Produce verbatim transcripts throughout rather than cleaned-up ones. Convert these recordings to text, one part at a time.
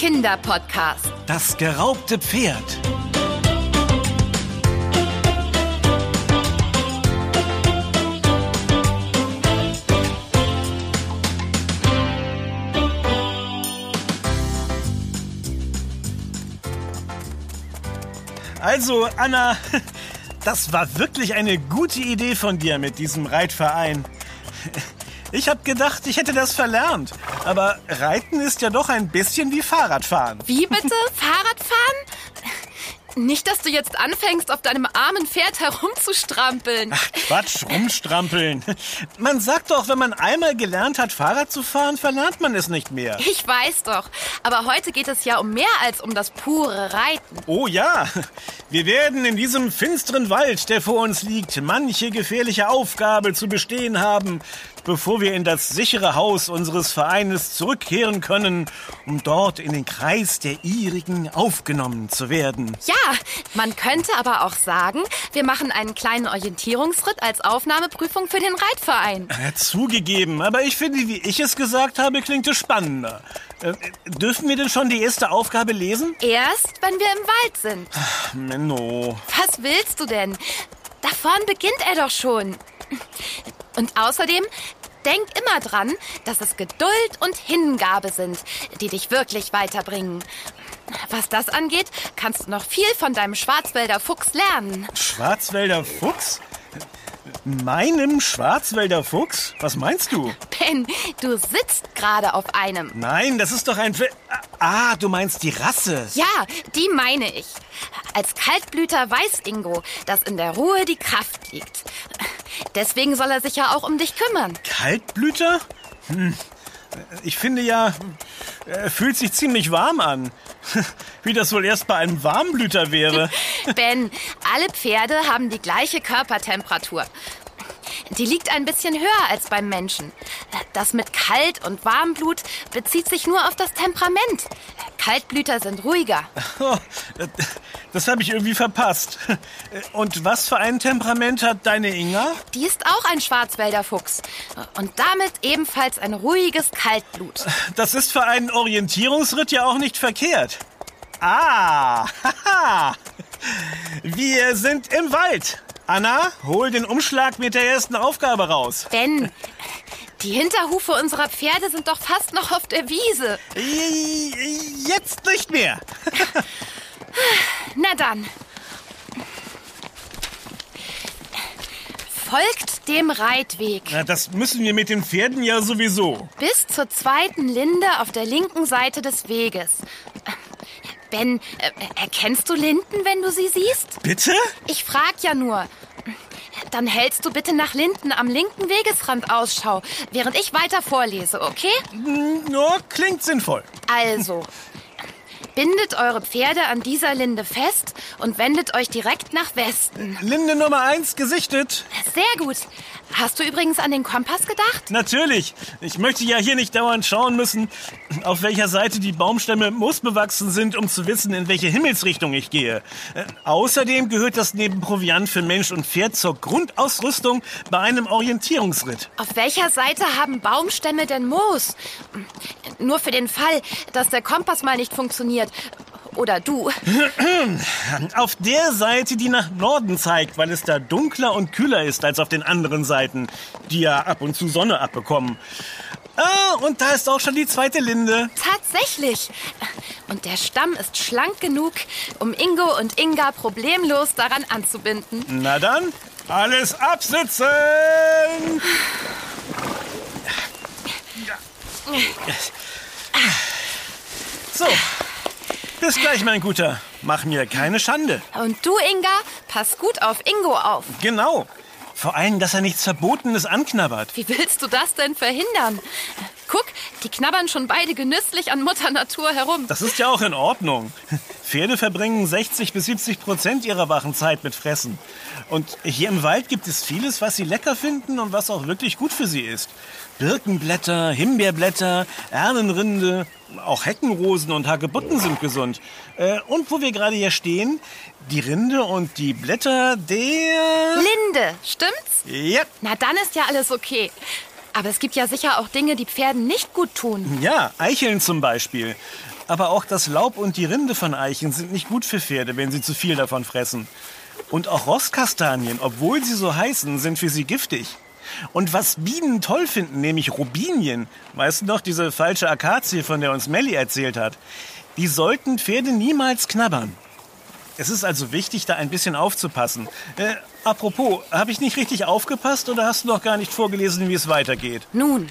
Kinderpodcast. Das geraubte Pferd. Also, Anna, das war wirklich eine gute Idee von dir mit diesem Reitverein. Ich habe gedacht, ich hätte das verlernt. Aber Reiten ist ja doch ein bisschen wie Fahrradfahren. Wie bitte? Fahrradfahren? Nicht, dass du jetzt anfängst, auf deinem armen Pferd herumzustrampeln. Ach, Quatsch, rumstrampeln. Man sagt doch, wenn man einmal gelernt hat, Fahrrad zu fahren, verlernt man es nicht mehr. Ich weiß doch. Aber heute geht es ja um mehr als um das pure Reiten. Oh ja, wir werden in diesem finsteren Wald, der vor uns liegt, manche gefährliche Aufgabe zu bestehen haben, bevor wir in das sichere Haus unseres Vereines zurückkehren können, um dort in den Kreis der Ihrigen aufgenommen zu werden. Ja, man könnte aber auch sagen, wir machen einen kleinen Orientierungsritt als Aufnahmeprüfung für den Reitverein. Ja, zugegeben, aber ich finde, wie ich es gesagt habe, klingt es spannender. Äh, dürfen wir denn schon die erste Aufgabe lesen? Erst, wenn wir im Wald sind. Ach, Menno. Was willst du denn? Da vorn beginnt er doch schon. Und außerdem, denk immer dran, dass es Geduld und Hingabe sind, die dich wirklich weiterbringen. Was das angeht, kannst du noch viel von deinem Schwarzwälder Fuchs lernen. Schwarzwälder Fuchs? Meinem Schwarzwälder Fuchs? Was meinst du? Ben, du sitzt gerade auf einem. Nein, das ist doch ein... Pf- ah, du meinst die Rasse. Ja, die meine ich. Als Kaltblüter weiß Ingo, dass in der Ruhe die Kraft liegt. Deswegen soll er sich ja auch um dich kümmern. Kaltblüter? Hm. Ich finde ja, er fühlt sich ziemlich warm an. Wie das wohl erst bei einem Warmblüter wäre. Ben, alle Pferde haben die gleiche Körpertemperatur. Die liegt ein bisschen höher als beim Menschen. Das mit Kalt- und Warmblut bezieht sich nur auf das Temperament. Kaltblüter sind ruhiger. Oh, das habe ich irgendwie verpasst. Und was für ein Temperament hat deine Inga? Die ist auch ein Schwarzwälder Fuchs. Und damit ebenfalls ein ruhiges Kaltblut. Das ist für einen Orientierungsritt ja auch nicht verkehrt. Ah, haha. Wir sind im Wald. Anna, hol den Umschlag mit der ersten Aufgabe raus. Ben, die Hinterhufe unserer Pferde sind doch fast noch auf der Wiese. Jetzt nicht mehr. Na dann. Folgt dem Reitweg. Na, das müssen wir mit den Pferden ja sowieso. Bis zur zweiten Linde auf der linken Seite des Weges. Ben, äh, erkennst du Linden, wenn du sie siehst? Bitte? Ich frag ja nur. Dann hältst du bitte nach Linden am linken Wegesrand Ausschau, während ich weiter vorlese, okay? Ja, klingt sinnvoll. Also, bindet eure Pferde an dieser Linde fest und wendet euch direkt nach Westen. Linde Nummer eins gesichtet. Sehr gut. Hast du übrigens an den Kompass gedacht? Natürlich. Ich möchte ja hier nicht dauernd schauen müssen, auf welcher Seite die Baumstämme moosbewachsen sind, um zu wissen, in welche Himmelsrichtung ich gehe. Äh, außerdem gehört das neben Proviant für Mensch und Pferd zur Grundausrüstung bei einem Orientierungsritt. Auf welcher Seite haben Baumstämme denn Moos? Nur für den Fall, dass der Kompass mal nicht funktioniert. Oder du. Auf der Seite, die nach Norden zeigt, weil es da dunkler und kühler ist als auf den anderen Seiten, die ja ab und zu Sonne abbekommen. Ah, und da ist auch schon die zweite Linde. Tatsächlich. Und der Stamm ist schlank genug, um Ingo und Inga problemlos daran anzubinden. Na dann, alles absitzen! So. Bis gleich, mein Guter. Mach mir keine Schande. Und du, Inga, pass gut auf Ingo auf. Genau. Vor allem, dass er nichts Verbotenes anknabbert. Wie willst du das denn verhindern? Guck, die knabbern schon beide genüsslich an Mutter Natur herum. Das ist ja auch in Ordnung. Pferde verbringen sechzig bis siebzig Prozent ihrer wachen Zeit mit Fressen. Und hier im Wald gibt es vieles, was sie lecker finden und was auch wirklich gut für sie ist. Birkenblätter, Himbeerblätter, Erlenrinde, auch Heckenrosen und Hagebutten sind gesund. Äh, und wo wir gerade hier stehen, die Rinde und die Blätter der... Linde, stimmt's? Ja. Na, dann ist ja alles okay. Aber es gibt ja sicher auch Dinge, die Pferden nicht gut tun. Ja, Eicheln zum Beispiel. Aber auch das Laub und die Rinde von Eichen sind nicht gut für Pferde, wenn sie zu viel davon fressen. Und auch Rosskastanien, obwohl sie so heißen, sind für sie giftig. Und was Bienen toll finden, nämlich Robinien, weißt du noch, diese falsche Akazie, von der uns Melli erzählt hat, die sollten Pferde niemals knabbern. Es ist also wichtig, da ein bisschen aufzupassen. Äh, apropos, habe ich nicht richtig aufgepasst oder hast du noch gar nicht vorgelesen, wie es weitergeht? Nun,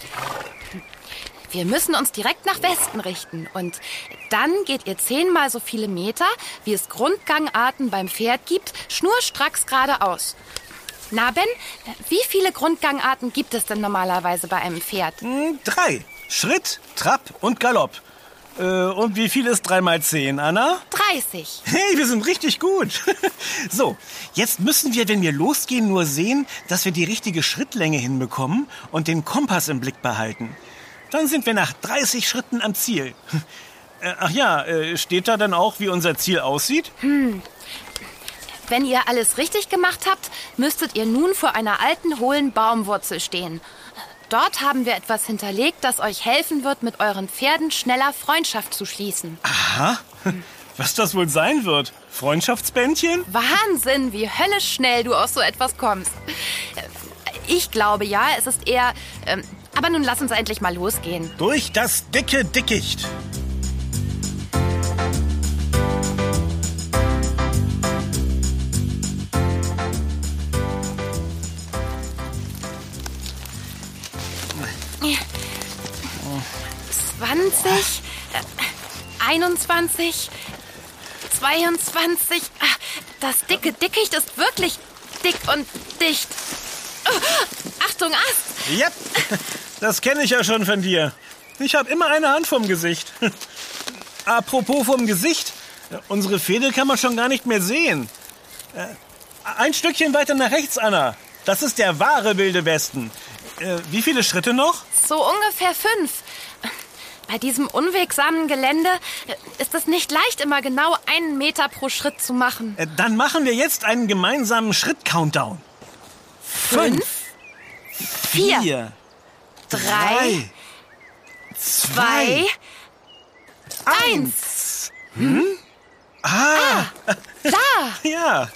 wir müssen uns direkt nach Westen richten und dann geht ihr zehnmal so viele Meter, wie es Grundgangarten beim Pferd gibt, schnurstracks geradeaus. Na, Ben, wie viele Grundgangarten gibt es denn normalerweise bei einem Pferd? Hm, drei. Schritt, Trab und Galopp. Äh, und wie viel ist drei mal zehn, Anna? dreißig. Hey, wir sind richtig gut. So, jetzt müssen wir, wenn wir losgehen, nur sehen, dass wir die richtige Schrittlänge hinbekommen und den Kompass im Blick behalten. Dann sind wir nach dreißig Schritten am Ziel. Äh, ach ja, äh, steht da dann auch, wie unser Ziel aussieht? Hm. Wenn ihr alles richtig gemacht habt, müsstet ihr nun vor einer alten, hohlen Baumwurzel stehen. Dort haben wir etwas hinterlegt, das euch helfen wird, mit euren Pferden schneller Freundschaft zu schließen. Aha, was das wohl sein wird? Freundschaftsbändchen? Wahnsinn, wie höllisch schnell du auf so etwas kommst. Ich glaube ja, es ist eher... Ähm, aber nun lass uns endlich mal losgehen. Durch das dicke Dickicht. zwanzig, einundzwanzig, zweiundzwanzig. Das dicke Dickicht ist wirklich dick und dicht. Achtung, Ast! Ja, das kenne ich ja schon von dir. Ich habe immer eine Hand vom Gesicht. Apropos vom Gesicht, unsere Pferde kann man schon gar nicht mehr sehen. Ein Stückchen weiter nach rechts, Anna. Das ist der wahre Wilde Westen. Wie viele Schritte noch? So ungefähr fünf. Bei diesem unwegsamen Gelände ist es nicht leicht, immer genau einen Meter pro Schritt zu machen. Dann machen wir jetzt einen gemeinsamen Schritt-Countdown. Fünf, vier, vier drei, drei zwei, eins. Hm? Ah, da! ja.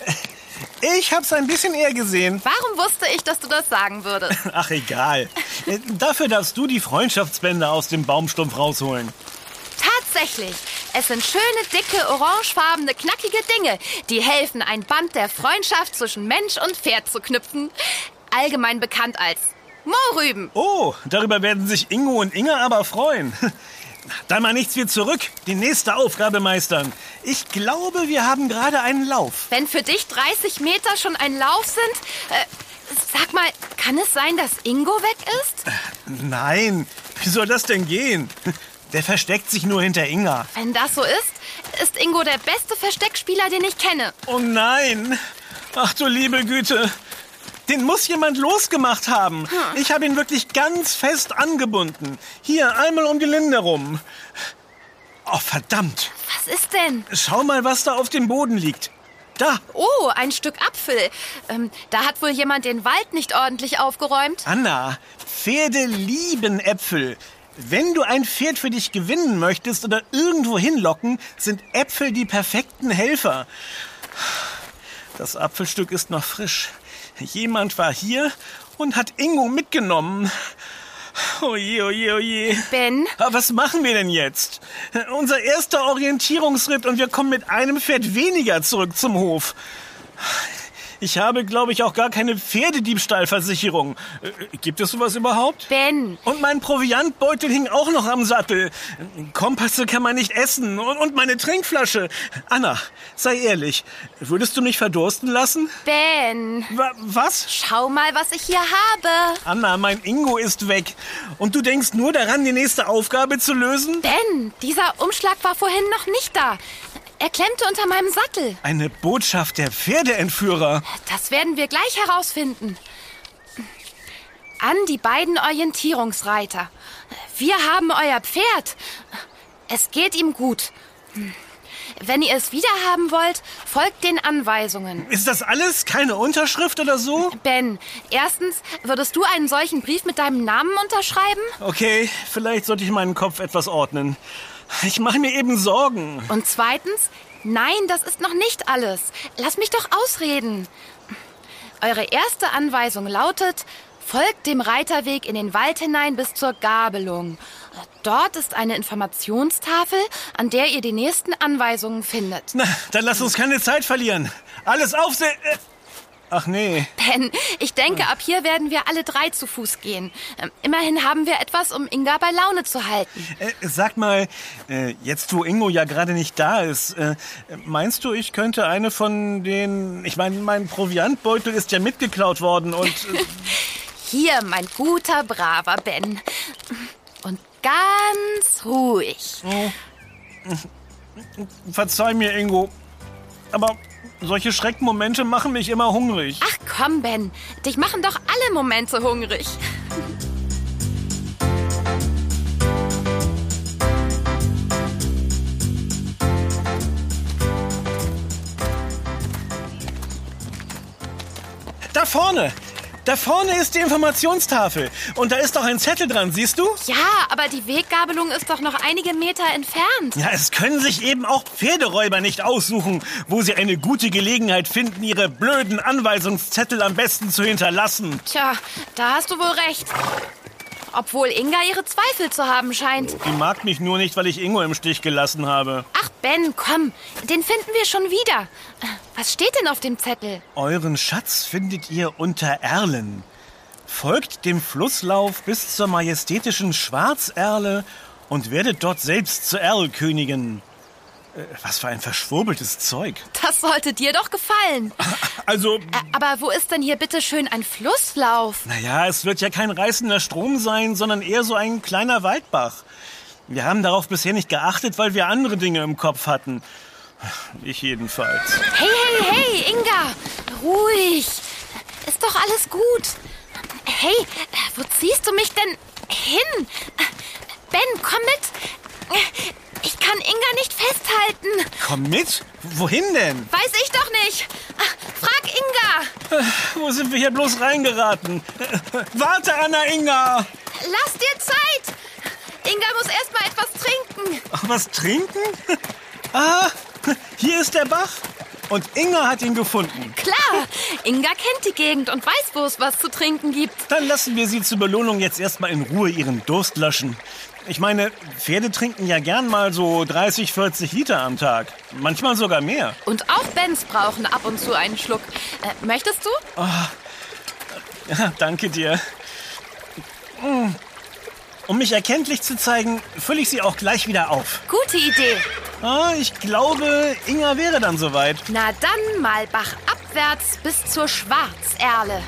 Ich hab's ein bisschen eher gesehen. Warum wusste ich, dass du das sagen würdest? Ach, egal. Dafür darfst du die Freundschaftsbänder aus dem Baumstumpf rausholen. Tatsächlich. Es sind schöne, dicke, orangefarbene, knackige Dinge, die helfen, ein Band der Freundschaft zwischen Mensch und Pferd zu knüpfen. Allgemein bekannt als Mohrrüben. Oh, darüber werden sich Ingo und Inga aber freuen. Dann mal nichts wie zurück. Die nächste Aufgabe meistern. Ich glaube, wir haben gerade einen Lauf. Wenn für dich dreißig Meter schon ein Lauf sind, äh, sag mal, kann es sein, dass Ingo weg ist? Nein, wie soll das denn gehen? Der versteckt sich nur hinter Inga. Wenn das so ist, ist Ingo der beste Versteckspieler, den ich kenne. Oh nein! Ach du liebe Güte! Den muss jemand losgemacht haben. Hm. Ich habe ihn wirklich ganz fest angebunden. Hier, einmal um die Linde rum. Oh, verdammt. Was ist denn? Schau mal, was da auf dem Boden liegt. Da. Oh, ein Stück Apfel. Ähm, da hat wohl jemand den Wald nicht ordentlich aufgeräumt. Anna, Pferde lieben Äpfel. Wenn du ein Pferd für dich gewinnen möchtest oder irgendwo hinlocken, sind Äpfel die perfekten Helfer. Das Apfelstück ist noch frisch. Jemand war hier und hat Ingo mitgenommen. Oje, oje, oje. Ben? Aber was machen wir denn jetzt? Unser erster Orientierungsritt und wir kommen mit einem Pferd weniger zurück zum Hof. Ich habe, glaube ich, auch gar keine Pferdediebstahlversicherung. Äh, gibt es sowas überhaupt? Ben! Und mein Proviantbeutel hing auch noch am Sattel. Kompasse kann man nicht essen. Und, und meine Trinkflasche. Anna, sei ehrlich. Würdest du mich verdursten lassen? Ben! Wa- was? Schau mal, was ich hier habe. Anna, mein Ingo ist weg. Und du denkst nur daran, die nächste Aufgabe zu lösen? Ben, dieser Umschlag war vorhin noch nicht da. Er klemmte unter meinem Sattel. Eine Botschaft der Pferdeentführer. Das werden wir gleich herausfinden. An die beiden Orientierungsreiter. Wir haben euer Pferd. Es geht ihm gut. Wenn ihr es wiederhaben wollt, folgt den Anweisungen. Ist das alles? Keine Unterschrift oder so? Ben, erstens, würdest du einen solchen Brief mit deinem Namen unterschreiben? Okay, vielleicht sollte ich meinen Kopf etwas ordnen. Ich mache mir eben Sorgen. Und zweitens, nein, das ist noch nicht alles. Lass mich doch ausreden. Eure erste Anweisung lautet, folgt dem Reiterweg in den Wald hinein bis zur Gabelung. Dort ist eine Informationstafel, an der ihr die nächsten Anweisungen findet. Na, dann lass uns keine Zeit verlieren. Alles aufse... Äh, ach nee. Ben, ich denke, ab hier werden wir alle drei zu Fuß gehen. Ähm, immerhin haben wir etwas, um Inga bei Laune zu halten. Äh, sag mal, äh, jetzt wo Ingo ja gerade nicht da ist, äh, meinst du, ich könnte eine von den... Ich meine, mein Proviantbeutel ist ja mitgeklaut worden und... Äh, Hier, mein guter, braver Ben. Und ganz ruhig. Oh. Verzeih mir, Ingo. Aber solche Schreckmomente machen mich immer hungrig. Ach komm, Ben. Dich machen doch alle Momente hungrig. Da vorne! Da vorne ist die Informationstafel. Und da ist doch ein Zettel dran, siehst du? Ja, aber die Weggabelung ist doch noch einige Meter entfernt. Ja, es können sich eben auch Pferderäuber nicht aussuchen, wo sie eine gute Gelegenheit finden, ihre blöden Anweisungszettel am besten zu hinterlassen. Tja, da hast du wohl recht. Obwohl Inga ihre Zweifel zu haben scheint. Die mag mich nur nicht, weil ich Ingo im Stich gelassen habe. Ach, Ben, komm. Den finden wir schon wieder. Was steht denn auf dem Zettel? Euren Schatz findet ihr unter Erlen. Folgt dem Flusslauf bis zur majestätischen Schwarzerle und werdet dort selbst zur Erlkönigin. Äh, was für ein verschwurbeltes Zeug. Das sollte dir doch gefallen. Also... Ä- Aber wo ist denn hier bitte schön ein Flusslauf? Naja, es wird ja kein reißender Strom sein, sondern eher so ein kleiner Waldbach. Wir haben darauf bisher nicht geachtet, weil wir andere Dinge im Kopf hatten. Ich jedenfalls. Hey, hey, hey, Inga. Ruhig. Ist doch alles gut. Hey, wo ziehst du mich denn hin? Ben, komm mit. Ich kann Inga nicht festhalten. Komm mit? Wohin denn? Weiß ich doch nicht. Frag Inga. Wo sind wir hier bloß reingeraten? Warte, Anna, Inga! Lass dir Zeit. Inga muss erst mal etwas trinken. Ach, was trinken? Ah, hier ist der Bach. Und Inga hat ihn gefunden. Klar, Inga kennt die Gegend und weiß, wo es was zu trinken gibt. Dann lassen wir sie zur Belohnung jetzt erstmal in Ruhe ihren Durst löschen. Ich meine, Pferde trinken ja gern mal so dreißig, vierzig Liter am Tag. Manchmal sogar mehr. Und auch Bens brauchen ab und zu einen Schluck. Äh, möchtest du? Oh, ja, danke dir. Um mich erkenntlich zu zeigen, fülle ich sie auch gleich wieder auf. Gute Idee. Ah, ich glaube, Inga wäre dann soweit. Na dann mal bachabwärts bis zur Schwarzerle.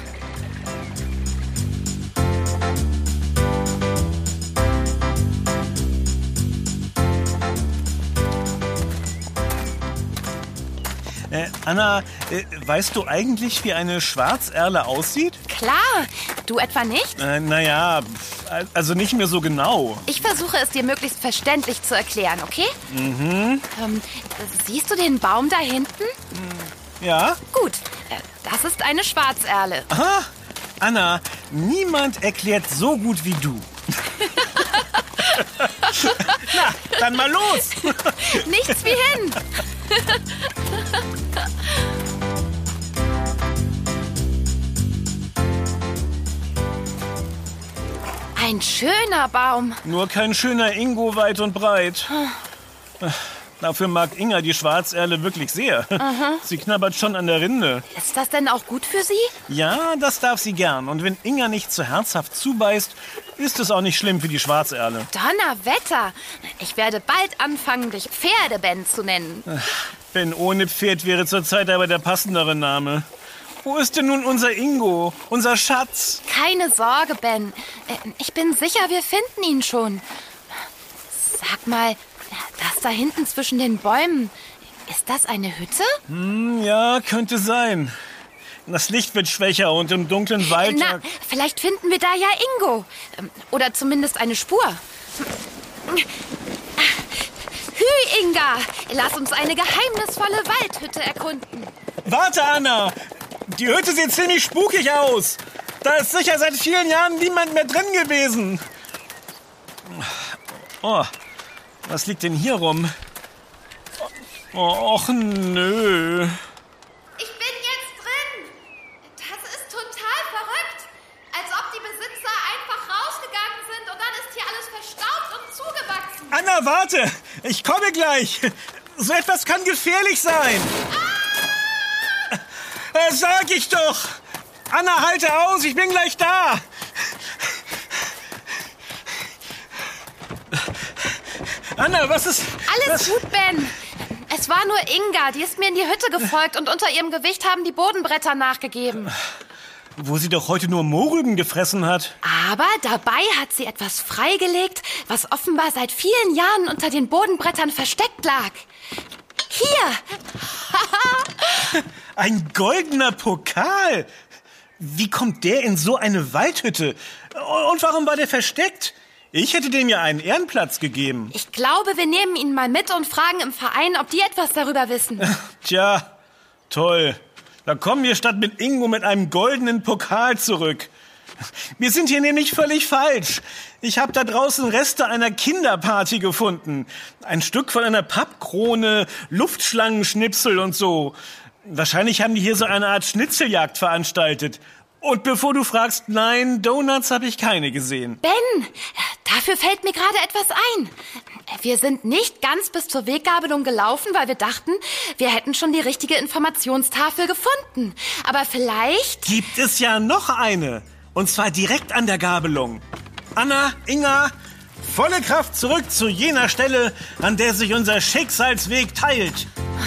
Äh, Anna, äh, weißt du eigentlich, wie eine Schwarzerle aussieht? Klar, du etwa nicht? Äh, naja, also nicht mehr so genau. Ich versuche es dir möglichst verständlich zu erklären, okay? Mhm. Ähm, siehst du den Baum da hinten? Ja? Gut, äh, das ist eine Schwarzerle. Aha, Anna, niemand erklärt so gut wie du. Na, dann mal los. Nichts wie hin. Ein schöner Baum. Nur kein schöner Ingo weit und breit. Dafür mag Inga die Schwarzerle wirklich sehr. Aha. Sie knabbert schon an der Rinde. Ist das denn auch gut für sie? Ja, das darf sie gern. Und wenn Inga nicht zu herzhaft zubeißt, ist es auch nicht schlimm für die Schwarzerle. Donnerwetter! Ich werde bald anfangen, dich Pferdeben zu nennen. Ben ohne Pferd wäre zurzeit aber der passendere Name. Wo ist denn nun unser Ingo, unser Schatz? Keine Sorge, Ben. Äh, Ich bin sicher, wir finden ihn schon. Sag mal, das da hinten zwischen den Bäumen, ist das eine Hütte? Hm, ja, könnte sein. Das Licht wird schwächer und im dunklen Wald... Na, vielleicht finden wir da ja Ingo. Ähm, Oder zumindest eine Spur. Hü, Inga! Lass uns eine geheimnisvolle Waldhütte erkunden. Warte, Anna! Die Hütte sieht ziemlich spukig aus. Da ist sicher seit vielen Jahren niemand mehr drin gewesen. Oh, Was liegt denn hier rum? Och, nö. Ich bin jetzt drin. Das ist total verrückt. Als ob die Besitzer einfach rausgegangen sind und dann ist hier alles verstaubt und zugewachsen. Anna, warte! Ich komme gleich! So etwas kann gefährlich sein! Ah! Das sag ich doch! Anna, halte aus! Ich bin gleich da! Anna, was ist... Alles was? gut, Ben. Es war nur Inga, die ist mir in die Hütte gefolgt und unter ihrem Gewicht haben die Bodenbretter nachgegeben. Wo sie doch heute nur Mohrrüben gefressen hat. Aber dabei hat sie etwas freigelegt, was offenbar seit vielen Jahren unter den Bodenbrettern versteckt lag. Hier! Ein goldener Pokal! Wie kommt der in so eine Waldhütte? Und warum war der versteckt? Ich hätte dem ja einen Ehrenplatz gegeben. Ich glaube, wir nehmen ihn mal mit und fragen im Verein, ob die etwas darüber wissen. Tja, toll. Da kommen wir statt mit Ingo mit einem goldenen Pokal zurück. Wir sind hier nämlich völlig falsch. Ich habe da draußen Reste einer Kinderparty gefunden. Ein Stück von einer Pappkrone, Luftschlangenschnipsel und so. Wahrscheinlich haben die hier so eine Art Schnitzeljagd veranstaltet. Und bevor du fragst, nein, Donuts habe ich keine gesehen. Ben, dafür fällt mir gerade etwas ein. Wir sind nicht ganz bis zur Weggabelung gelaufen, weil wir dachten, wir hätten schon die richtige Informationstafel gefunden. Aber vielleicht... Gibt es ja noch eine. Und zwar direkt an der Gabelung. Anna, Inga, volle Kraft zurück zu jener Stelle, an der sich unser Schicksalsweg teilt.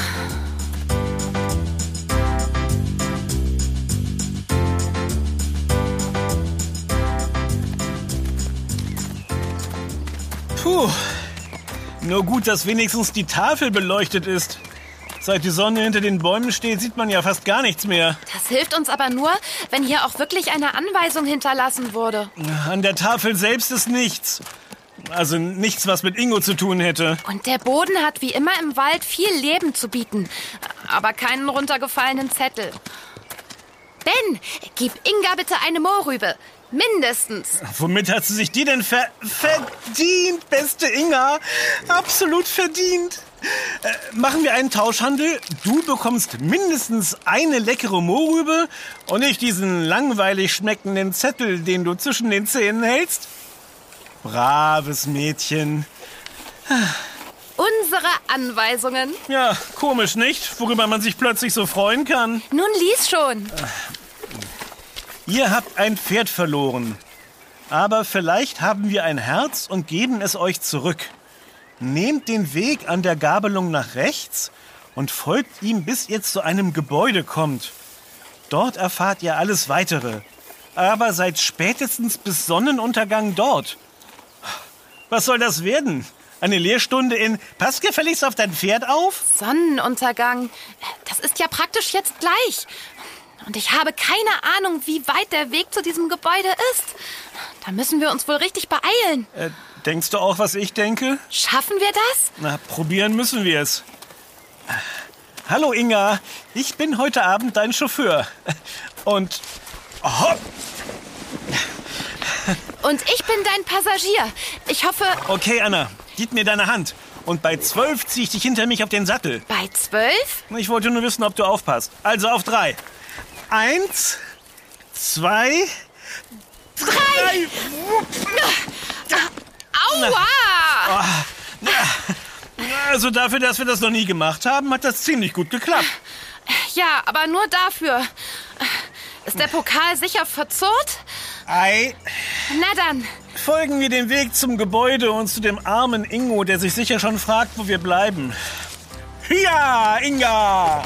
Puh, nur gut, dass wenigstens die Tafel beleuchtet ist. Seit die Sonne hinter den Bäumen steht, sieht man ja fast gar nichts mehr. Das hilft uns aber nur, wenn hier auch wirklich eine Anweisung hinterlassen wurde. An der Tafel selbst ist nichts. Also nichts, was mit Ingo zu tun hätte. Und der Boden hat wie immer im Wald viel Leben zu bieten, aber keinen runtergefallenen Zettel. Ben, gib Inga bitte eine Mohrrübe. Mindestens. Womit hat sie sich die denn ver verdient, beste Inga? Absolut verdient. Äh, machen wir einen Tauschhandel. Du bekommst mindestens eine leckere Mohrrübe und nicht diesen langweilig schmeckenden Zettel, den du zwischen den Zähnen hältst. Braves Mädchen. Unsere Anweisungen. Ja, komisch nicht, worüber man sich plötzlich so freuen kann. Nun lies schon. Ihr habt ein Pferd verloren, aber vielleicht haben wir ein Herz und geben es euch zurück. Nehmt den Weg an der Gabelung nach rechts und folgt ihm, bis ihr zu einem Gebäude kommt. Dort erfahrt ihr alles Weitere, aber seid spätestens bis Sonnenuntergang dort. Was soll das werden? Eine Lehrstunde in Pass gefälligst auf dein Pferd auf? Sonnenuntergang, das ist ja praktisch jetzt gleich. Und ich habe keine Ahnung, wie weit der Weg zu diesem Gebäude ist. Da müssen wir uns wohl richtig beeilen. Äh, denkst du auch, was ich denke? Schaffen wir das? Na, probieren müssen wir es. Hallo Inga, ich bin heute Abend dein Chauffeur. Und... Oh. Und ich bin dein Passagier. Ich hoffe... Okay, Anna, gib mir deine Hand. Und bei zwölf ziehe ich dich hinter mich auf den Sattel. Bei zwölf? Ich wollte nur wissen, ob du aufpasst. Also auf drei. Eins, zwei, drei. drei. Aua! Also dafür, dass wir das noch nie gemacht haben, hat das ziemlich gut geklappt. Ja, aber nur dafür. Ist der Pokal sicher verzurrt? Ei. Na dann. Folgen wir den Weg zum Gebäude und zu dem armen Ingo, der sich sicher schon fragt, wo wir bleiben. Ja, Inga!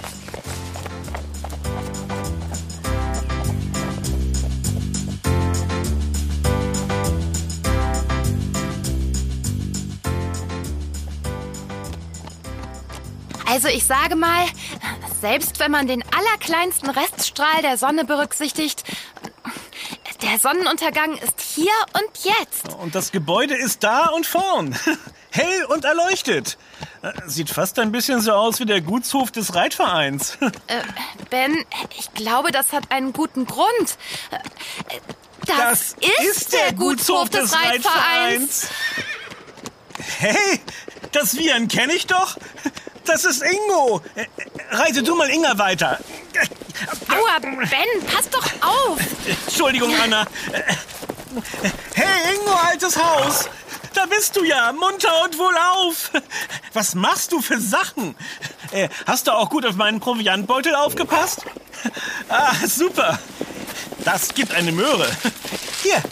Also ich sage mal, selbst wenn man den allerkleinsten Reststrahl der Sonne berücksichtigt, der Sonnenuntergang ist hier und jetzt. Und das Gebäude ist da und vorn. Hell und erleuchtet. Sieht fast ein bisschen so aus wie der Gutshof des Reitvereins. Äh, Ben, ich glaube, das hat einen guten Grund. Das, das ist, ist der Gutshof des, des Reitvereins. Hey, das Wiehern kenne ich doch. Das ist Ingo. Reite du mal Inga weiter. Aua, Ben, pass doch auf. Entschuldigung, Anna. Hey, Ingo, altes Haus. Da bist du ja, munter und wohlauf. Was machst du für Sachen? Äh, hast du auch gut auf meinen Proviantbeutel aufgepasst? Ah, super. Das gibt eine Möhre. Hier.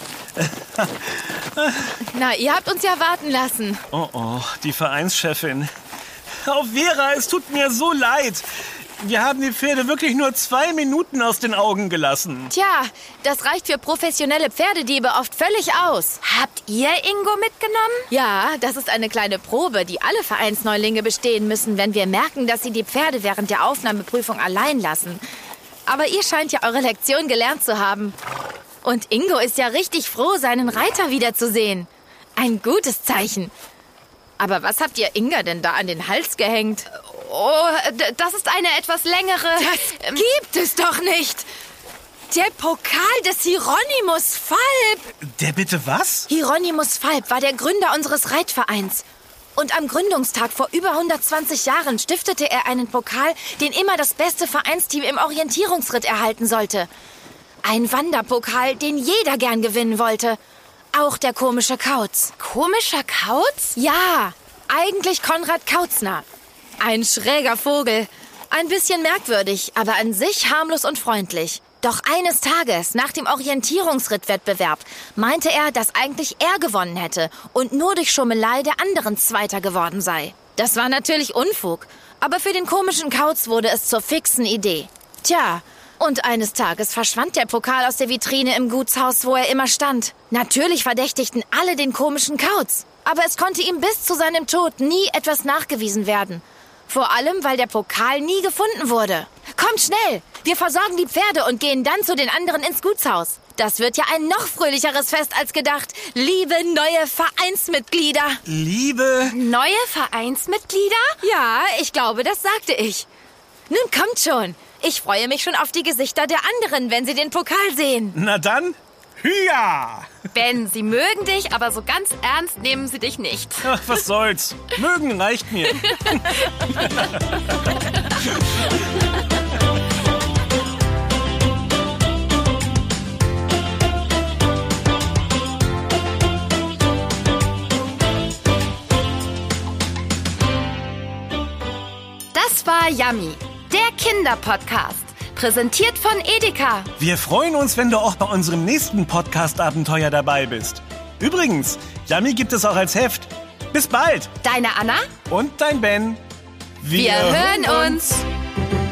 Na, ihr habt uns ja warten lassen. Oh, oh, die Vereinschefin. Oh, Vera, es tut mir so leid. Wir haben die Pferde wirklich nur zwei Minuten aus den Augen gelassen. Tja, das reicht für professionelle Pferdediebe oft völlig aus. Habt ihr Ingo mitgenommen? Ja, das ist eine kleine Probe, die alle Vereinsneulinge bestehen müssen, wenn wir merken, dass sie die Pferde während der Aufnahmeprüfung allein lassen. Aber ihr scheint ja eure Lektion gelernt zu haben. Und Ingo ist ja richtig froh, seinen Reiter wiederzusehen. Ein gutes Zeichen. Aber was habt ihr Inga denn da an den Hals gehängt? Oh, d- das ist eine etwas längere... Das gibt es doch nicht! Der Pokal des Hieronymus Falb! Der bitte was? Hieronymus Falb war der Gründer unseres Reitvereins. Und am Gründungstag vor über hundertzwanzig Jahren stiftete er einen Pokal, den immer das beste Vereinsteam im Orientierungsritt erhalten sollte. Ein Wanderpokal, den jeder gern gewinnen wollte. Auch der komische Kauz. Komischer Kauz? Ja, eigentlich Konrad Kautzner. Ein schräger Vogel. Ein bisschen merkwürdig, aber an sich harmlos und freundlich. Doch eines Tages, nach dem Orientierungsrittwettbewerb, meinte er, dass eigentlich er gewonnen hätte und nur durch Schummelei der anderen Zweiter geworden sei. Das war natürlich Unfug, aber für den komischen Kauz wurde es zur fixen Idee. Tja, und eines Tages verschwand der Pokal aus der Vitrine im Gutshaus, wo er immer stand. Natürlich verdächtigten alle den komischen Kauz, aber es konnte ihm bis zu seinem Tod nie etwas nachgewiesen werden. Vor allem, weil der Pokal nie gefunden wurde. Kommt schnell! Wir versorgen die Pferde und gehen dann zu den anderen ins Gutshaus. Das wird ja ein noch fröhlicheres Fest als gedacht. Liebe neue Vereinsmitglieder. Liebe... Neue Vereinsmitglieder? Ja, ich glaube, das sagte ich. Nun kommt schon. Ich freue mich schon auf die Gesichter der anderen, wenn sie den Pokal sehen. Na dann, hüa! Ben, sie mögen dich, aber so ganz ernst nehmen sie dich nicht. Ach, was soll's. Mögen reicht mir. Das war Yummy, der Kinderpodcast. Präsentiert von Edeka. Wir freuen uns, wenn du auch bei unserem nächsten Podcast-Abenteuer dabei bist. Übrigens, Yummy gibt es auch als Heft. Bis bald. Deine Anna? Und dein Ben. Wir, Wir hören uns.